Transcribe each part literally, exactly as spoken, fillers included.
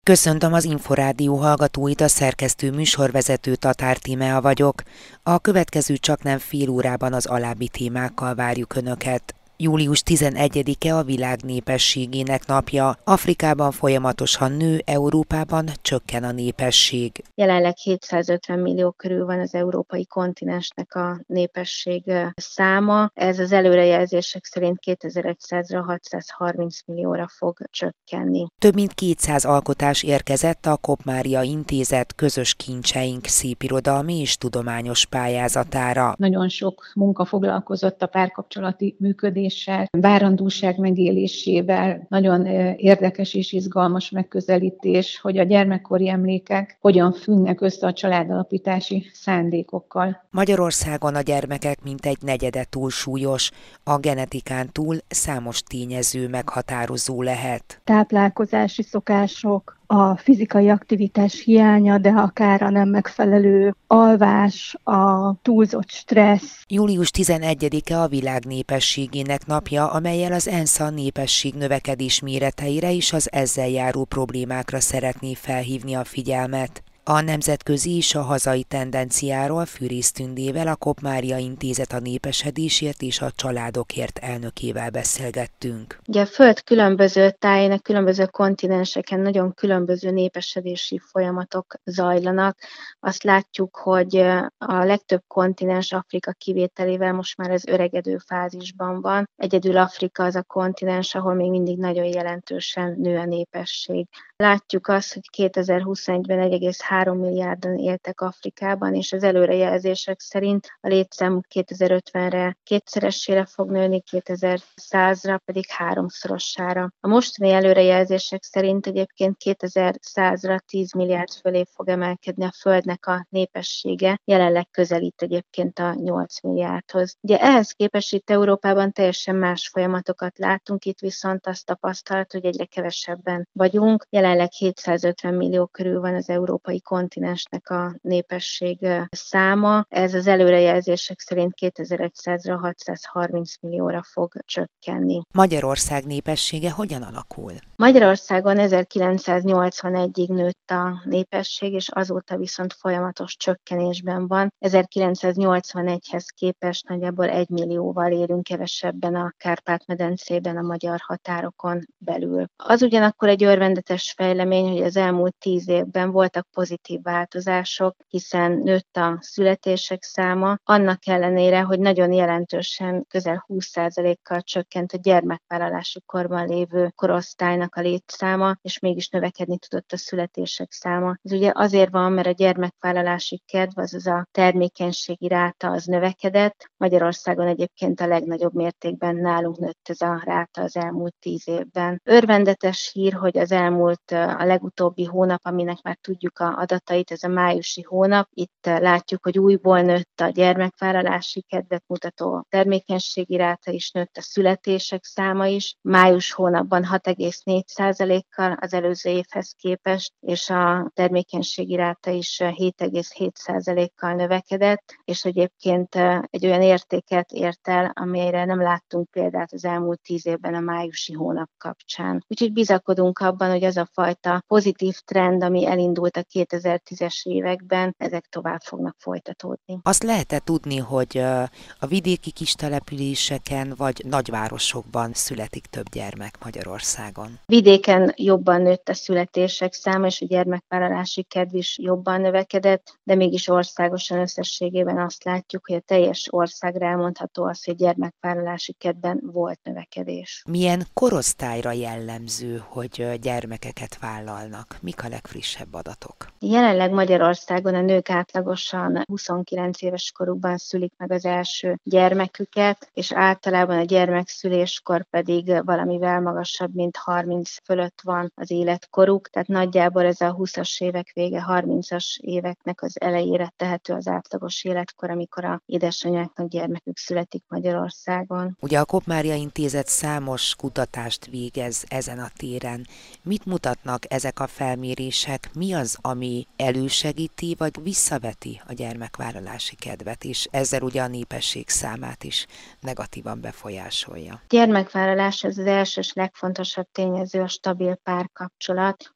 Köszöntöm az Inforádió hallgatóit, a szerkesztő műsorvezető Tatár Tímea vagyok. A következő csaknem fél órában az alábbi témákkal várjuk Önöket. július tizenegyedike a világ népességének napja. Afrikában folyamatosan nő, Európában csökken a népesség. Jelenleg hétszázötven millió körül van az európai kontinensnek a népesség száma. Ez az előrejelzések szerint kétezer-százra hatszázharminc millióra fog csökkenni. Több mint kétszáz alkotás érkezett a Kopp-Mária Intézet Közös Kincseink szépirodalmi és tudományos pályázatára. Nagyon sok munka foglalkozott a párkapcsolati működés, várandóság megélésével, nagyon érdekes és izgalmas megközelítés, hogy a gyermekkori emlékek hogyan függnek össze a családalapítási szándékokkal. Magyarországon a gyermekek mintegy negyede túlsúlyos, a genetikán túl számos tényező meghatározó lehet. Táplálkozási szokások, a fizikai aktivitás hiánya, de akár a nem megfelelő alvás, a túlzott stressz. július tizenegyedike a világ népességének napja, amellyel az ENSZ a népesség növekedés méreteire és az ezzel járó problémákra szeretné felhívni a figyelmet. A nemzetközi és a hazai tendenciáról Fűrész Tündével, a Kopp-Mária Intézet a népesedésért és a családokért elnökével beszélgettünk. Ugye a Föld különböző táján, a különböző kontinenseken nagyon különböző népesedési folyamatok zajlanak. Azt látjuk, hogy a legtöbb kontinens Afrika kivételével most már az öregedő fázisban van. Egyedül Afrika az a kontinens, ahol még mindig nagyon jelentősen nő a népesség. Látjuk azt, hogy kétezer-huszonegyben egy egész három milliárdan éltek Afrikában, és az előrejelzések szerint a létszámuk kétezer-ötvenre kétszeresére fog nőni, kétezer-százra pedig háromszorosára. A mostani előrejelzések szerint egyébként kétezer-százra tíz milliárd fölé fog emelkedni a Földnek a népessége, jelenleg közelít egyébként a nyolc milliárdhoz. Ugye ehhez képest itt Európában teljesen más folyamatokat látunk, itt viszont azt tapasztalt, hogy egyre kevesebben vagyunk. Jelenleg hétszázötven millió körül van az európai kontinensnek a népesség száma. Ez az előrejelzések szerint kétezer-százra hatszázharminc millióra fog csökkenni. Magyarország népessége hogyan alakul? Magyarországon ezerkilencszáznyolcvanegyig nőtt a népesség, és azóta viszont folyamatos csökkenésben van. ezerkilencszáznyolcvanegyhez képest nagyjából egy millióval élünk kevesebben a Kárpát-medencében, a magyar határokon belül. Az ugyanakkor egy örvendetes fejlemény, hogy az elmúlt tíz évben voltak pozitív változások, hiszen nőtt a születések száma, annak ellenére, hogy nagyon jelentősen, közel húsz százalékkal csökkent a gyermekvállalási korban lévő korosztálynak a létszáma, és mégis növekedni tudott a születések száma. Ez ugye azért van, mert a gyermekvállalási kedv, azaz a termékenységi ráta az növekedett. Magyarországon egyébként a legnagyobb mértékben nálunk nőtt ez a ráta az elmúlt tíz évben. Örvendetes hír, hogy az elmúlt, a legutóbbi hónap, aminek már tudjuk a adatait, ez a májusi hónap. Itt látjuk, hogy újból nőtt a gyermekvállalási kedvet mutató termékenységi ráta is, nőtt a születések száma is. Május hónapban hat egész négy százalékkal az előző évhez képest, és a termékenységi ráta is hét egész hét százalékkal növekedett, és egyébként egy olyan értéket ért el, amelyre nem láttunk példát az elmúlt tíz évben a májusi hónap kapcsán. Úgyhogy bizakodunk abban, hogy az a fajta pozitív trend, ami elindult a kétezer-tízes években, ezek tovább fognak folytatódni. Azt lehet-e tudni, hogy a vidéki kis településeken vagy nagyvárosokban születik több gyermek Magyarországon? Vidéken jobban nőtt a születések száma, és a gyermekvállalási kedv is jobban növekedett, de mégis országosan összességében azt látjuk, hogy a teljes országra elmondható az, hogy gyermekvállalási kedvben volt növekedés. Milyen korosztályra jellemző, hogy gyermekeket vállalnak? Mik a legfrissebb adatok? Jelenleg Magyarországon a nők átlagosan huszonkilenc éves korukban szülik meg az első gyermeküket, és általában a gyermekszüléskor pedig valamivel magasabb, mint harminc fölött van az életkoruk, tehát nagyjából ez a húszas évek vége, harmincas éveknek az elejére tehető az átlagos életkor, amikor a édesanyáknak gyermekük születik Magyarországon. Ugye a Kopp-Mária Intézet számos kutatást végez ezen a téren. Mit mutatnak ezek a felmérések? Mi az, ami elősegíti vagy visszaveti a gyermekvállalási kedvet, és ezzel ugye a népesség számát is negatívan befolyásolja? Gyermekvállalás ez az első és legfontosabb tényező, a stabil párkapcsolat.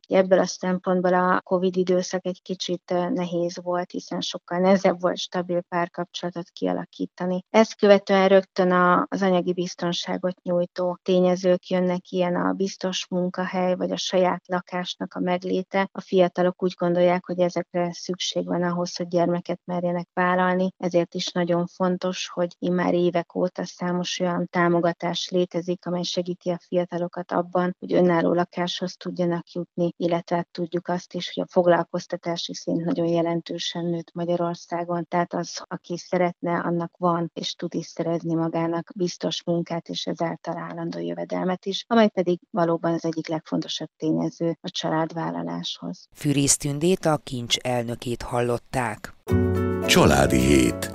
Ebből a szempontból a Covid időszak egy kicsit nehéz volt, hiszen sokkal nehezebb volt stabil párkapcsolatot kialakítani. Ezt követően rögtön az anyagi biztonságot nyújtó tényezők jönnek, ilyen a biztos munkahely, vagy a saját lakásnak a megléte. A fiatalok úgy gondolják, hogy ezekre szükség van ahhoz, hogy gyermeket merjenek vállalni, ezért is nagyon fontos, hogy immár évek óta számos olyan támogatás létezik, amely segíti a fiatalokat abban, hogy önálló lakáshoz tudjanak jutni, illetve tudjuk azt is, hogy a foglalkoztatási szint nagyon jelentősen nőtt Magyarországon, tehát az, aki szeretne, annak van és tud is szerezni magának biztos munkát és ezáltal állandó jövedelmet is, amely pedig valóban az egyik legfontosabb tényező a családvállaláshoz. Fűrész Tündét, a Kincs elnökét hallották. Családi hét.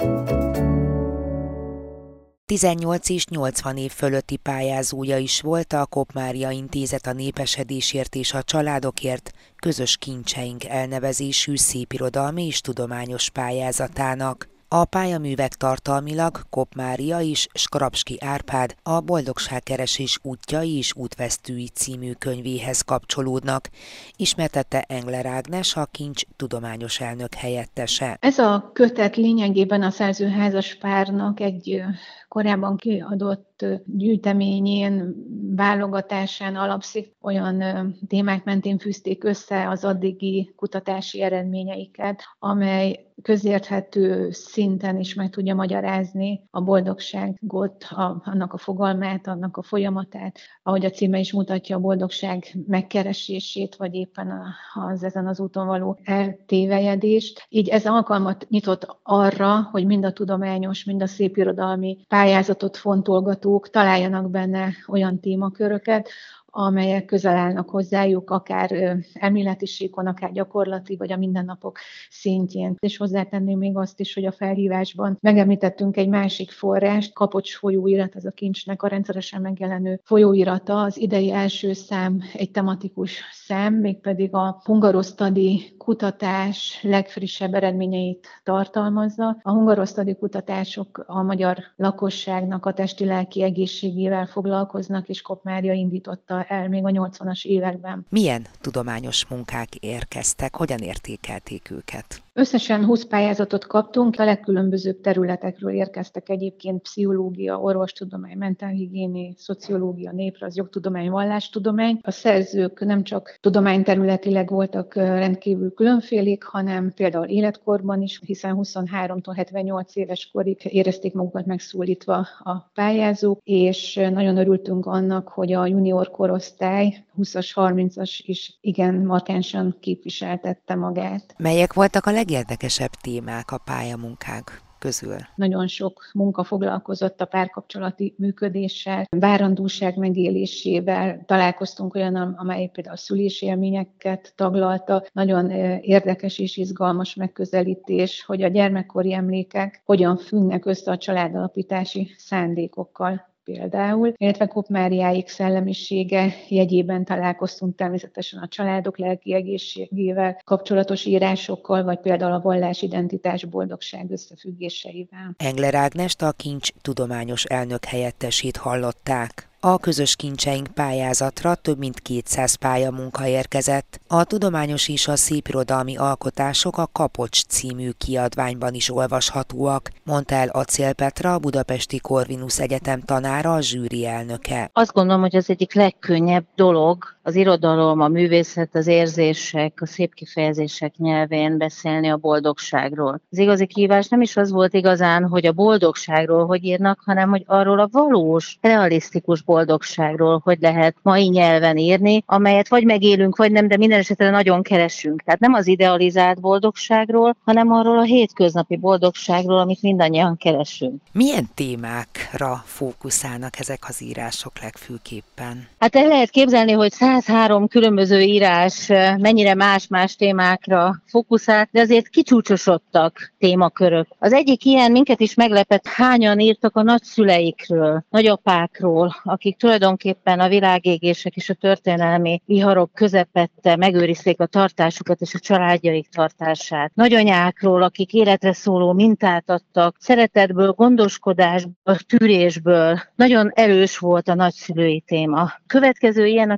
tizennyolc és nyolcvan év fölötti pályázója is volt a Kopp Mária Intézet a népesedésért és a családokért közös kincseink elnevezésű szépirodalmi és tudományos pályázatának. A pályaművek tartalmilag Kopp Mária és Skrapski Árpád a Boldogságkeresés útjai és útvesztői című könyvéhez kapcsolódnak, ismertette Engler Ágnes, a Kincs tudományos elnök helyettese. Ez a kötet lényegében a szerzőházas párnak egy korábban kiadott gyűjteményén, válogatásán alapszik, olyan témák mentén fűzték össze az addigi kutatási eredményeiket, amely közérthető szinten is meg tudja magyarázni a boldogságot, a, annak a fogalmát, annak a folyamatát, ahogy a címe is mutatja, a boldogság megkeresését, vagy éppen az ezen az úton való eltévejedést. Így ez alkalmat nyitott arra, hogy mind a tudományos, mind a szépirodalmi pályázatot fontolgatók találjanak benne olyan témaköröket, amelyek közel állnak hozzájuk, akár elméleti síkon, akár gyakorlati, vagy a mindennapok szintjén. És hozzátenném még azt is, hogy a felhívásban megemlítettünk egy másik forrást, Kapocs folyóirat, ez a Kincsnek a rendszeresen megjelenő folyóirata. Az idei első szám egy tematikus szám, mégpedig a hungarosztadi kutatás legfrissebb eredményeit tartalmazza. A hungarosztadi kutatások a magyar lakosságnak a testi-lelki egészségével foglalkoznak, és Kopp Mária indította el még a nyolcvanas években. Milyen tudományos munkák érkeztek, hogyan értékelték őket? Összesen húsz pályázatot kaptunk, a legkülönbözőbb területekről érkeztek egyébként: pszichológia, orvostudomány, mentálhigiéni, szociológia, néprajz, jogtudomány, vallástudomány. A szerzők nem csak tudományterületileg voltak rendkívül különfélék, hanem például életkorban is, hiszen huszonháromtól hetvennyolc éves korig érezték magukat megszólítva a pályázók, és nagyon örültünk annak, hogy a junior korosztály, húszas, harmincas is igen markánsan képviseltette magát. Melyek voltak a legérdekesebb témák a pályamunkák közül? Nagyon sok munka foglalkozott a párkapcsolati működéssel, várandóság megélésével, találkoztunk olyan, amely például a szülési élményeket taglalta. Nagyon érdekes és izgalmas megközelítés, hogy a gyermekkori emlékek hogyan függnek össze a családalapítási szándékokkal. Például, illetve Kopp Máriáik szellemisége jegyében találkoztunk természetesen a családok lelki egészségével kapcsolatos írásokkal, vagy például a vallásidentitás boldogság összefüggéseivel. Engler Ágnest, a Kincs tudományos elnök helyettesét hallották. A közös kincseink pályázatra több mint kétszáz pályamunka érkezett. A tudományos és a szépirodalmi alkotások a Kapocs című kiadványban is olvashatóak, mondta el Acél Petra, a Budapesti Corvinus Egyetem tanára, a zsűri elnöke. Azt gondolom, hogy az egyik legkönnyebb dolog az irodalom, a művészet, az érzések, a szép kifejezések nyelvén beszélni a boldogságról. Az igazi kihívás nem is az volt igazán, hogy a boldogságról hogy írnak, hanem hogy arról a valós, realisztikus boldogságról hogy lehet mai nyelven írni, amelyet vagy megélünk, vagy nem, de minden esetre nagyon keresünk. Tehát nem az idealizált boldogságról, hanem arról a hétköznapi boldogságról, amit mindannyian keresünk. Milyen témákra fókuszálnak ezek az írások legfőképpen? Hát el lehet képzelni, hogy százhárom különböző írás mennyire más-más témákra fókuszál, de azért kicsúcsosodtak témakörök. Az egyik ilyen minket is meglepett, hányan írtak a nagyszüleikről, nagyapákról, akik tulajdonképpen a világégések és a történelmi viharok közepette megőrizték a tartásukat és a családjaik tartását. Nagyanyákról, akik életre szóló mintát adtak, szeretetből, gondoskodásból, tűrésből. Nagyon erős volt a nagyszülői téma. Következő ilyen a kisgyermek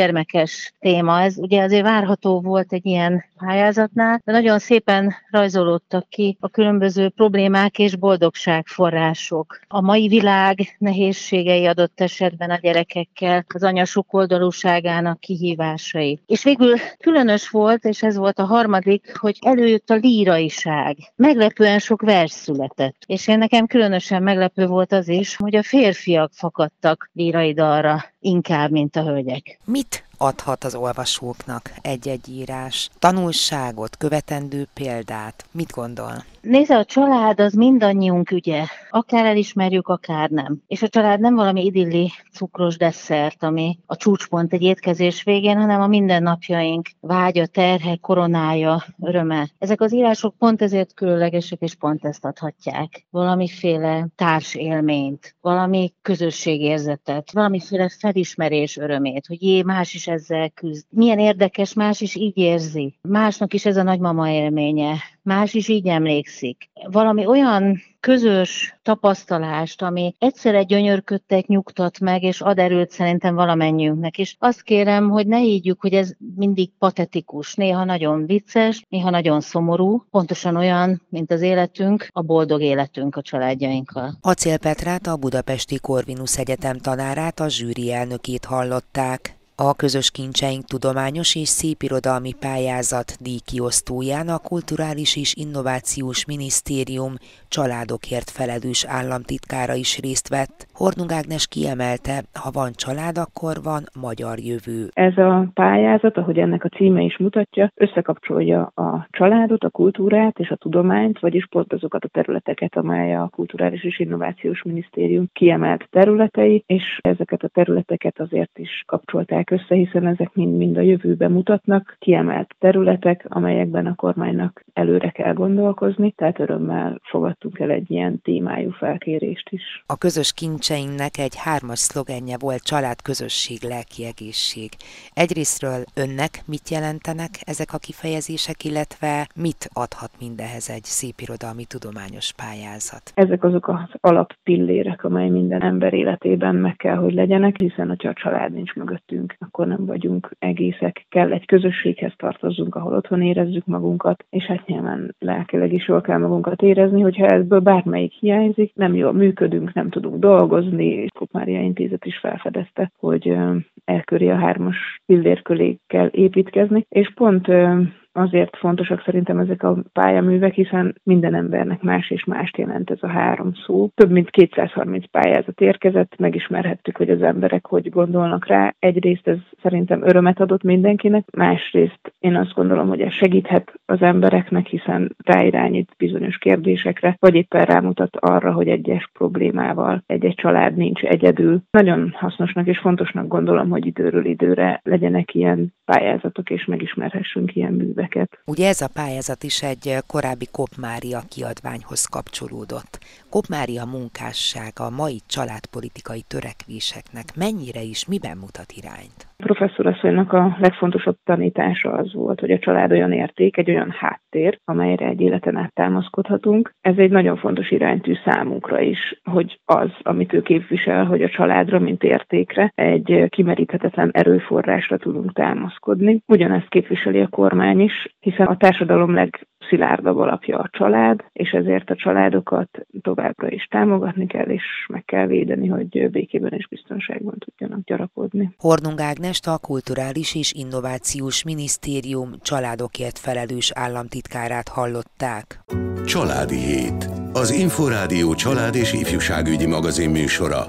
gyermekes téma. Ez ugye azért várható volt egy ilyen pályázatnál, de nagyon szépen rajzolódtak ki a különböző problémák és boldogságforrások. A mai világ nehézségei adott esetben a gyerekekkel, az anya sokoldalúságának kihívásai. És végül különös volt, és ez volt a harmadik, hogy előjött a líraiság. Meglepően sok vers született. És én nekem különösen meglepő volt az is, hogy a férfiak fakadtak lírai dalra inkább, mint a hölgyek. Mit adhat az olvasóknak egy-egy írás? Tanulságot, követendő példát? Mit gondol? Nézze, a család az mindannyiunk ügye. Akár elismerjük, akár nem. És a család nem valami idilli cukros desszert, ami a csúcspont egy étkezés végén, hanem a mindennapjaink vágya, terhe, koronája, öröme. Ezek az írások pont ezért különlegesek, és pont ezt adhatják. Valamiféle társélményt, valami közösségérzetet, valamiféle felismerés örömét, hogy jé, más is ezzel küzd. Milyen érdekes, más is így érzi. Másnak is ez a nagymama élménye. Más is így emlékszik. Valami olyan közös tapasztalást, ami egyszerre gyönyörködtet, nyugtat meg, és ad erőt szerintem valamennyiünknek. És azt kérem, hogy ne higgyük, hogy ez mindig patetikus, néha nagyon vicces, néha nagyon szomorú, pontosan olyan, mint az életünk, a boldog életünk a családjainkkal. Acél Petrát, a Budapesti Corvinus Egyetem tanárát, a zsűri elnökét hallották. A Közös Kincseink tudományos és szépirodalmi pályázat díjkiosztóján a Kulturális és Innovációs Minisztérium családokért felelős államtitkára is részt vett. Hornung Ágnes kiemelte, ha van család, akkor van magyar jövő. Ez a pályázat, ahogy ennek a címe is mutatja, összekapcsolja a családot, a kultúrát és a tudományt, vagyis pont azokat a területeket, amely a Kulturális és Innovációs Minisztérium kiemelt területei, és ezeket a területeket azért is kapcsolták össze, hiszen ezek mind-mind a jövőben mutatnak, kiemelt területek, amelyekben a kormánynak előre kell gondolkozni, tehát örömmel fogadtunk el egy ilyen témájú felkérést is. A Közös Kincseinknek egy hármas szlogenje volt: család, közösség, lelki egészség. Egyrésztről önnek mit jelentenek ezek a kifejezések, illetve mit adhat mindehez egy szépirodalmi tudományos pályázat? Ezek azok az alappillérek, amely minden ember életében meg kell, hogy legyenek, hiszen ha a család nincs mögöttünk, akkor nem vagyunk egészek. Kell egy közösséghez tartozzunk, ahol otthon érezzük magunkat, és hát nyilván lelkileg is jól kell magunkat érezni, hogyha ebből bármelyik hiányzik, nem jól működünk, nem tudunk dolgozni. Kopp Mária Intézet is felfedezte, hogy elköré a hármas pillér köré kell építkezni, és pont azért fontosak szerintem ezek a pályaművek, hiszen minden embernek más és mást jelent ez a három szó. Több mint kétszázharminc pályázat érkezett, megismerhettük, hogy az emberek hogy gondolnak rá. Egyrészt ez szerintem örömet adott mindenkinek, másrészt én azt gondolom, hogy ez segíthet az embereknek, hiszen ráirányít bizonyos kérdésekre, vagy éppen rámutat arra, hogy egyes problémával egy-egy család nincs egyedül. Nagyon hasznosnak és fontosnak gondolom, hogy időről időre legyenek ilyen pályázatok, és megismerhessünk ilyen műveket. Ugye ez a pályázat is egy korábbi Kopp Mária kiadványhoz kapcsolódott. Kopp Mária munkássága a mai családpolitikai törekvéseknek mennyire is, miben mutat irányt? A professzorasszonynak a legfontosabb tanítása az volt, hogy a család olyan érték, egy olyan háttér, amelyre egy életen át támaszkodhatunk. Ez egy nagyon fontos iránytű számunkra is, hogy az, amit ő képvisel, hogy a családra, mint értékre, egy kimeríthetetlen erőforrásra tudunk támaszkodni. Ugyanezt képviseli a kormány is, hiszen a társadalom legszilárdabb alapja a család, és ezért a családokat továbbra is támogatni kell, és meg kell védeni, hogy békében és biztonságban tudjanak gyarapodni. Hornung Ágnest, a Kulturális és Innovációs Minisztérium családokért felelős államtitkárát hallották. Családi hét. Az Inforádió család és ifjúságügyi magazin műsora.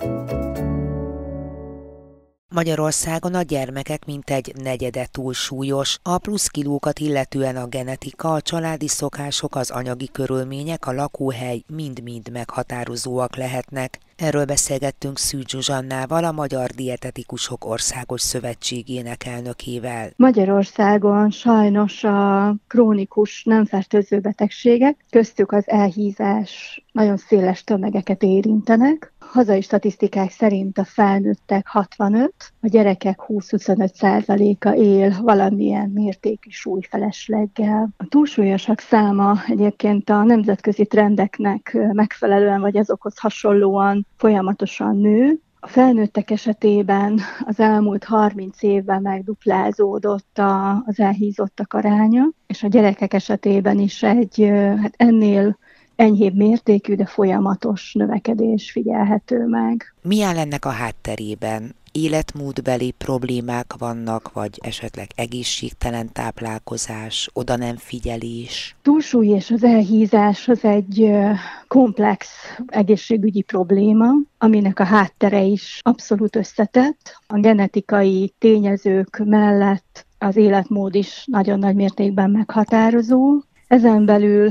Magyarországon a gyermekek mintegy negyede túlsúlyos. A plusz kilókat illetően a genetika, a családi szokások, az anyagi körülmények, a lakóhely mind-mind meghatározóak lehetnek. Erről beszélgettünk Szűcs Zsuzsannával, a Magyar Dietetikusok Országos Szövetségének elnökével. Magyarországon sajnos a krónikus nem fertőző betegségek, köztük az elhízás nagyon széles tömegeket érintenek. Hazai statisztikák szerint a felnőttek hatvanöt, a gyerekek húsz-huszonöt százaléka él valamilyen mértékű súlyfelesleggel. A túlsúlyosak száma egyébként a nemzetközi trendeknek megfelelően vagy azokhoz hasonlóan folyamatosan nő. A felnőttek esetében az elmúlt harminc évben megduplázódott a, az elhízottak aránya, és a gyerekek esetében is egy hát ennél enyhébb mértékű, de folyamatos növekedés figyelhető meg. Mi áll ennek a hátterében? Életmódbeli problémák vannak, vagy esetleg egészségtelen táplálkozás, oda nem figyelés? Túlsúly és az elhízás az egy komplex egészségügyi probléma, aminek a háttere is abszolút összetett. A genetikai tényezők mellett az életmód is nagyon nagy mértékben meghatározó. Ezen belül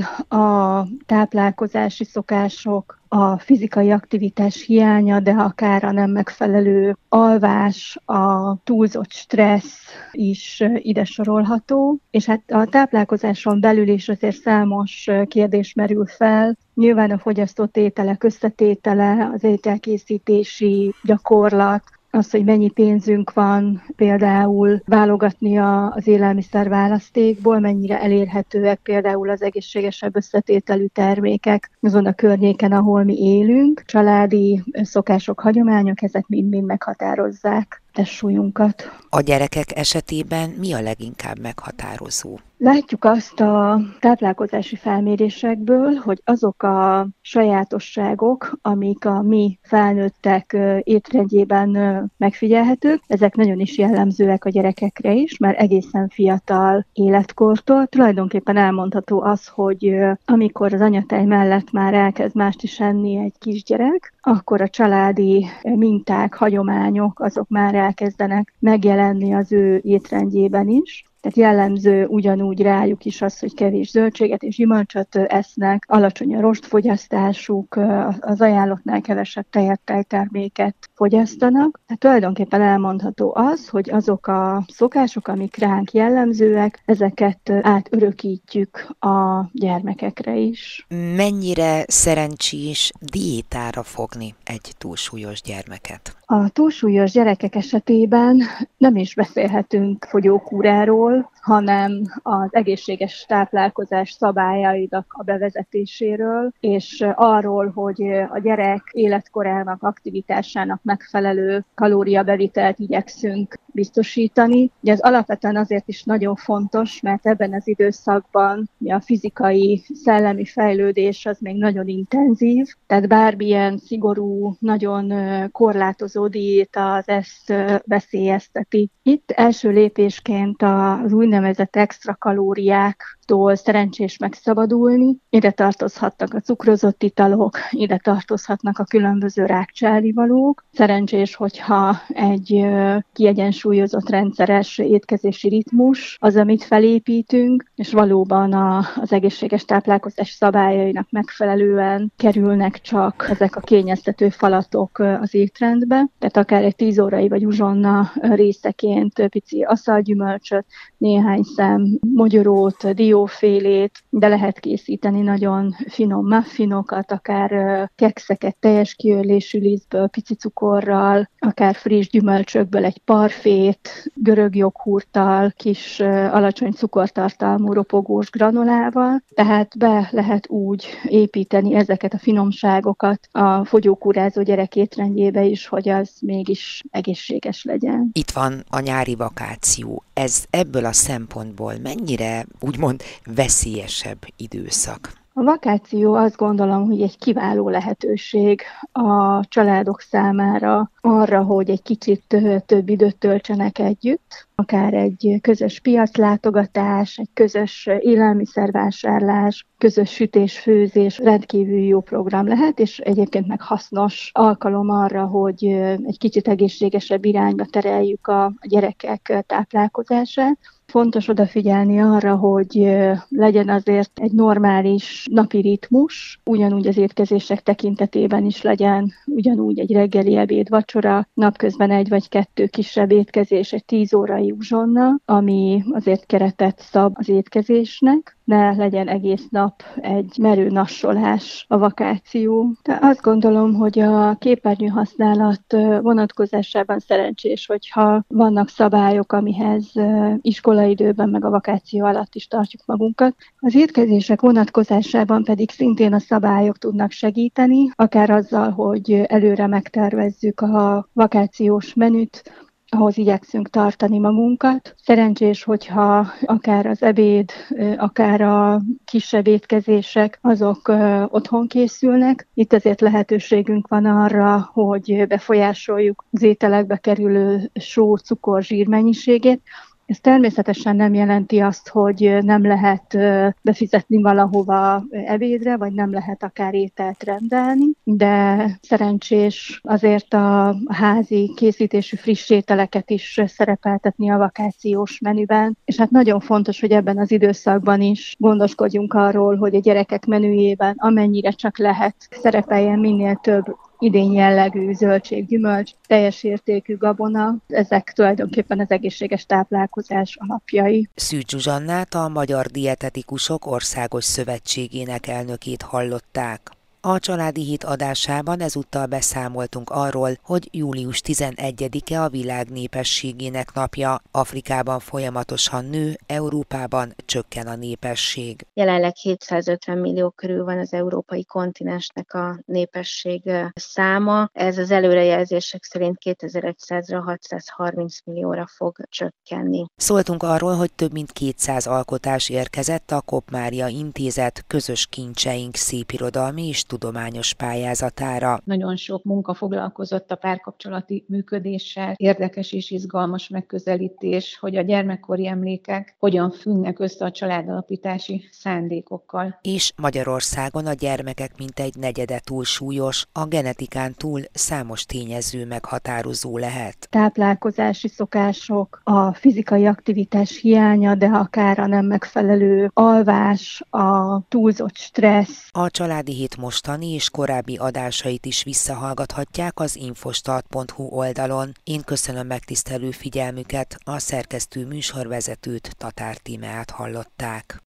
a táplálkozási szokások, a fizikai aktivitás hiánya, de akár a nem megfelelő alvás, a túlzott stressz is ide sorolható. És hát a táplálkozáson belül is azért számos kérdés merül fel. Nyilván a fogyasztott ételek összetétele, az ételkészítési gyakorlat, az, hogy mennyi pénzünk van például válogatni az élelmiszerválasztékból, mennyire elérhetőek például az egészségesebb összetételű termékek azon a környéken, ahol mi élünk. Családi szokások, hagyományok, ezek mind-mind meghatározzák testsúlyunkat. A gyerekek esetében mi a leginkább meghatározó? Látjuk azt a táplálkozási felmérésekből, hogy azok a sajátosságok, amik a mi felnőttek étrendjében megfigyelhetők, ezek nagyon is jellemzőek a gyerekekre is, mert egészen fiatal életkortól. Tulajdonképpen elmondható az, hogy amikor az anyatej mellett már elkezd mást is enni egy kisgyerek, akkor a családi minták, hagyományok, azok már elkezdenek megjelenni az ő étrendjében is. Tehát jellemző ugyanúgy rájuk is az, hogy kevés zöldséget és gyümölcsöt esznek, alacsony a rostfogyasztásuk, az ajánlottnál kevesebb tejet, tejterméket fogyasztanak. Tehát tulajdonképpen elmondható az, hogy azok a szokások, amik ránk jellemzőek, ezeket átörökítjük a gyermekekre is. Mennyire szerencsés diétára fogni egy túlsúlyos gyermeket? A túlsúlyos gyerekek esetében nem is beszélhetünk fogyókúráról, hanem az egészséges táplálkozás szabályainak a bevezetéséről, és arról, hogy a gyerek életkorának, aktivitásának megfelelő kalóriabevitelt igyekszünk biztosítani. Ugye ez alapvetően azért is nagyon fontos, mert ebben az időszakban a fizikai, szellemi fejlődés az még nagyon intenzív, tehát bármilyen szigorú, nagyon korlátozó diéta az ezt veszélyezteti. Itt első lépésként az úgynevezett extra kalóriáktól szerencsés megszabadulni. Ide tartozhatnak a cukrozott italok, ide tartozhatnak a különböző rákcsálivalók. Szerencsés, hogyha egy kiegyensúlyozott rendszeres étkezési ritmus az, amit felépítünk, és valóban a, az egészséges táplálkozás szabályainak megfelelően kerülnek csak ezek a kényeztető falatok az étrendbe. Tehát akár egy tíz órai vagy uzsonna részeként pici aszalgyümölcsöt, néhány szem mogyorót, diófélét, de lehet készíteni nagyon finom muffinokat, akár kekszeket teljes kiörlésű lisztből, pici cukorral, akár friss gyümölcsökből egy parfét, görög joghurttal, kis alacsony cukortartalmú ropogós granulával. Tehát be lehet úgy építeni ezeket a finomságokat a fogyókúrázó gyerek étrendjébe is, hogy az mégis egészséges legyen. Itt van a nyári vakáció. Ez ebből a szempontból mennyire úgymond veszélyesebb időszak? A vakáció azt gondolom, hogy egy kiváló lehetőség a családok számára arra, hogy egy kicsit több időt töltsenek együtt, akár egy közös piaclátogatás, egy közös élelmiszervásárlás, közös sütés-főzés rendkívül jó program lehet, és egyébként meg hasznos alkalom arra, hogy egy kicsit egészségesebb irányba tereljük a gyerekek táplálkozását. Fontos odafigyelni arra, hogy legyen azért egy normális napi ritmus, ugyanúgy az étkezések tekintetében is legyen ugyanúgy egy reggeli, ebéd, vacsora, napközben egy vagy kettő kisebb étkezés, egy tíz órai uzsonna, ami azért keretet szab az étkezésnek, ne legyen egész nap egy merő nassolás a vakáció. De azt gondolom, hogy a képernyő használat vonatkozásában szerencsés, hogyha vannak szabályok, amihez iskolaidőben meg a vakáció alatt is tartjuk magunkat. Az étkezések vonatkozásában pedig szintén a szabályok tudnak segíteni, akár azzal, hogy előre megtervezzük a vakációs menüt, ahhoz igyekszünk tartani magunkat. Szerencsés, hogyha akár az ebéd, akár a kisebb étkezések, azok otthon készülnek. Itt azért lehetőségünk van arra, hogy befolyásoljuk az ételekbe kerülő só, cukor, zsír mennyiségét. Ez természetesen nem jelenti azt, hogy nem lehet befizetni valahova ebédre, vagy nem lehet akár ételt rendelni, de szerencsés azért a házi készítésű friss ételeket is szerepeltetni a vakációs menüben. És hát nagyon fontos, hogy ebben az időszakban is gondoskodjunk arról, hogy a gyerekek menüjében amennyire csak lehet szerepeljen minél több idén jellegű zöldség, gyümölcs, teljes értékű gabona, ezek tulajdonképpen az egészséges táplálkozás alapjai. Szűcs Zsuzsannát, a Magyar Dietetikusok Országos Szövetségének elnökét hallották. A Családi Hit adásában ezúttal beszámoltunk arról, hogy július tizenegyedike a világ népességének napja. Afrikában folyamatosan nő, Európában csökken a népesség. Jelenleg hétszázötven millió körül van az európai kontinensnek a népesség száma. Ez az előrejelzések szerint kétezer-százra hatszázharminc millióra fog csökkenni. Szóltunk arról, hogy több mint kétszáz alkotás érkezett a Kopp-Mária Intézet közös kincseink szépirodalmi és tudományos pályázatára. Nagyon sok munka foglalkozott a párkapcsolati működéssel, érdekes és izgalmas megközelítés, hogy a gyermekkori emlékek hogyan függnek össze a családalapítási szándékokkal. És Magyarországon a gyermekek mintegy negyede túlsúlyos, a genetikán túl számos tényező meghatározó lehet. Táplálkozási szokások, a fizikai aktivitás hiánya, de akár a nem megfelelő alvás, a túlzott stressz. A Családi Hit mostani és korábbi adásait is visszahallgathatják az infostart pont hu oldalon. Én köszönöm megtisztelő figyelmüket, a szerkesztő műsorvezetőt, Tatár Tímeát hallották.